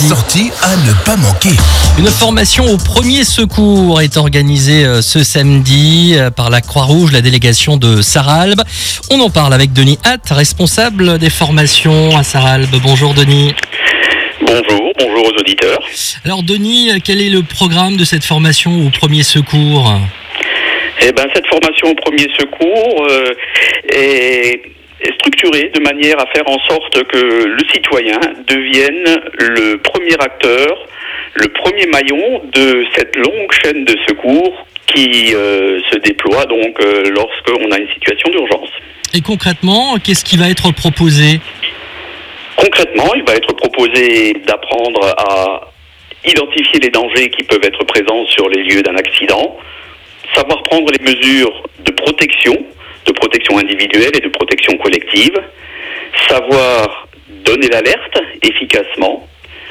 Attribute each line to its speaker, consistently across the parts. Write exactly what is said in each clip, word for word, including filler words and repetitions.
Speaker 1: sortie à ne pas manquer.
Speaker 2: Une formation au premier secours est organisée ce samedi par la Croix-Rouge, la délégation de Sarralbe. On en parle avec Denis Hatt, responsable des formations à Sarralbe. Bonjour Denis.
Speaker 3: Bonjour, bonjour aux auditeurs.
Speaker 2: Alors Denis, quel est le programme de cette formation au premier secours ?
Speaker 3: Eh ben, cette formation au premier secours euh, est structurée de manière à faire en sorte que le citoyen devienne le premier acteur, le premier maillon de cette longue chaîne de secours qui euh, se déploie donc euh, lorsqu'on a une situation d'urgence.
Speaker 2: Et concrètement, qu'est-ce qui va être proposé ?
Speaker 3: Concrètement, il va être proposé d'apprendre à identifier les dangers qui peuvent être présents sur les lieux d'un accident, savoir prendre les mesures de protection, de protection individuelle et de protection collective, savoir donner l'alerte efficacement,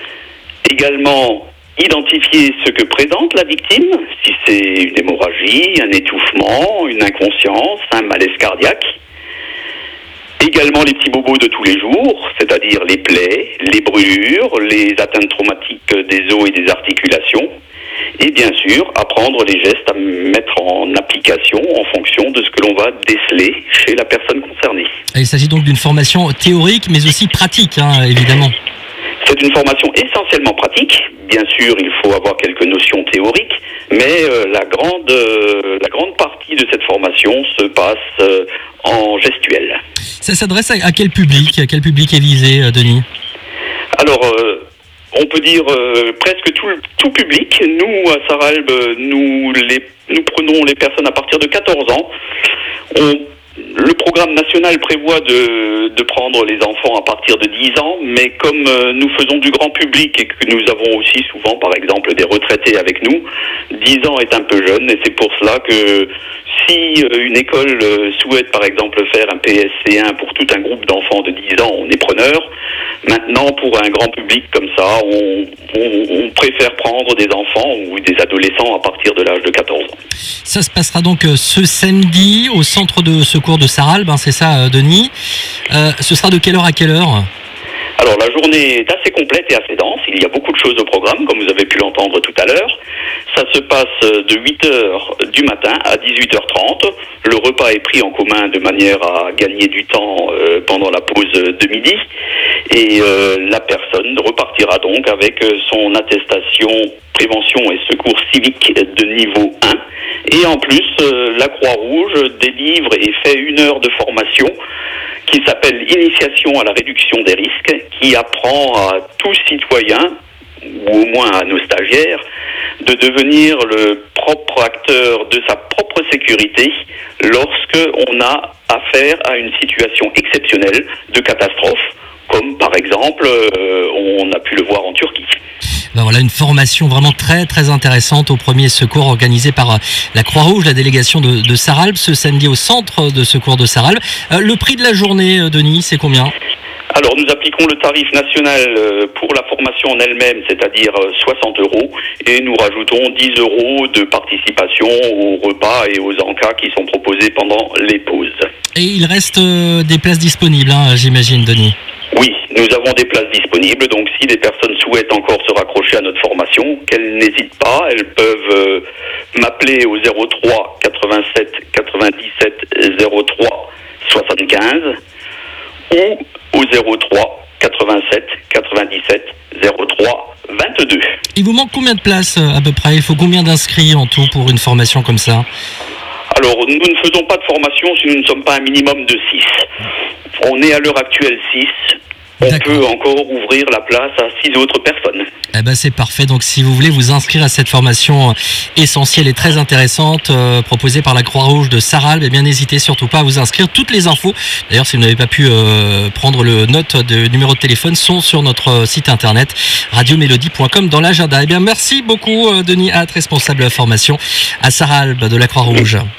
Speaker 3: également identifier ce que présente la victime, si c'est une hémorragie, un étouffement, une inconscience, un malaise cardiaque, également les petits bobos de tous les jours, c'est-à-dire les plaies, les brûlures, les atteintes traumatiques des os et des articulations, et bien sûr, apprendre les gestes à mettre en application en fonction de ce que l'on va déceler chez la personne concernée.
Speaker 2: Il s'agit donc d'une formation théorique, mais aussi pratique, hein, évidemment.
Speaker 3: C'est une formation essentiellement pratique. Bien sûr, il faut avoir quelques notions théoriques, mais euh, la grande, euh, la grande partie de cette formation se passe euh, en gestuelle.
Speaker 2: Ça s'adresse à, à quel public ? À quel public est visé, Denis ?
Speaker 3: Alors, euh, on peut dire euh, presque tout, tout public. Nous, à Sarralbe, nous, les, nous prenons les personnes à partir de quatorze ans. On, le programme national prévoit de, de prendre les enfants à partir de dix ans, mais comme euh, nous faisons du grand public et que nous avons aussi souvent, par exemple, des retraités avec nous, dix ans est un peu jeune, et c'est pour cela que si euh, une école euh, souhaite, par exemple, faire un P S C un pour tout un groupe d'enfants de dix ans, on est preneur. Maintenant, pour un grand public comme ça, on, on, on préfère prendre des enfants ou des adolescents à partir de l'âge de quatorze ans.
Speaker 2: Ça se passera donc ce samedi au centre de secours de Sarralbe, hein, c'est ça, Denis. Euh, ce sera de quelle heure à quelle heure ?
Speaker 3: Alors, la journée est assez complète et assez dense. Il y a beaucoup de choses au programme, comme vous avez pu l'entendre tout à l'heure. Ça se passe de huit heures du matin à dix-huit heures trente. Le repas est pris en commun de manière à gagner du temps euh, pendant la pause de midi. Et euh, la personne repartira donc avec son attestation prévention et secours civique de niveau un. Et en plus, euh, la Croix-Rouge délivre et fait une heure de formation qui s'appelle Initiation à la réduction des risques, qui apprend à tout citoyen, ou au moins à nos stagiaires, de devenir le propre acteur de sa propre sécurité lorsque on a affaire à une situation exceptionnelle de catastrophe, comme par exemple, euh, on a pu le voir en Turquie.
Speaker 2: Ben voilà, une formation vraiment très très intéressante au premier secours organisée par la Croix-Rouge, la délégation de, de Sarralbe, ce samedi au centre de secours de Sarralbe. Euh, le prix de la journée, Denis, c'est combien ?
Speaker 3: Alors, nous appliquons le tarif national pour la formation en elle-même, c'est-à-dire soixante euros, et nous rajoutons dix euros de participation aux repas et aux encas qui sont proposés pendant les pauses.
Speaker 2: Et il reste des places disponibles, hein, j'imagine, Denis ?
Speaker 3: Oui, nous avons des places disponibles, donc si les personnes souhaitent encore se raccrocher à notre formation, qu'elles n'hésitent pas, elles peuvent euh, m'appeler au zéro trois quatre-vingt-sept quatre-vingt-dix-sept zéro trois soixante-quinze ou au zéro trois quatre-vingt-sept quatre-vingt-dix-sept zéro trois vingt-deux.
Speaker 2: Il vous manque combien de places à peu près ? Il faut combien d'inscrits en tout pour une formation comme ça ?
Speaker 3: Alors, nous ne faisons pas de formation si nous ne sommes pas un minimum de six. On est à l'heure actuelle six. On
Speaker 2: D'accord.
Speaker 3: peut encore ouvrir la place à six autres personnes.
Speaker 2: Eh ben c'est parfait. Donc si vous voulez vous inscrire à cette formation essentielle et très intéressante euh, proposée par la Croix-Rouge de Sarralbe, eh bien n'hésitez surtout pas à vous inscrire. Toutes les infos, d'ailleurs si vous n'avez pas pu euh, prendre le note de numéro de téléphone, sont sur notre site internet radio mélodie point com dans l'agenda. Eh bien merci beaucoup euh, Denis Hatt, responsable de la formation à Sarralbe de la Croix-Rouge.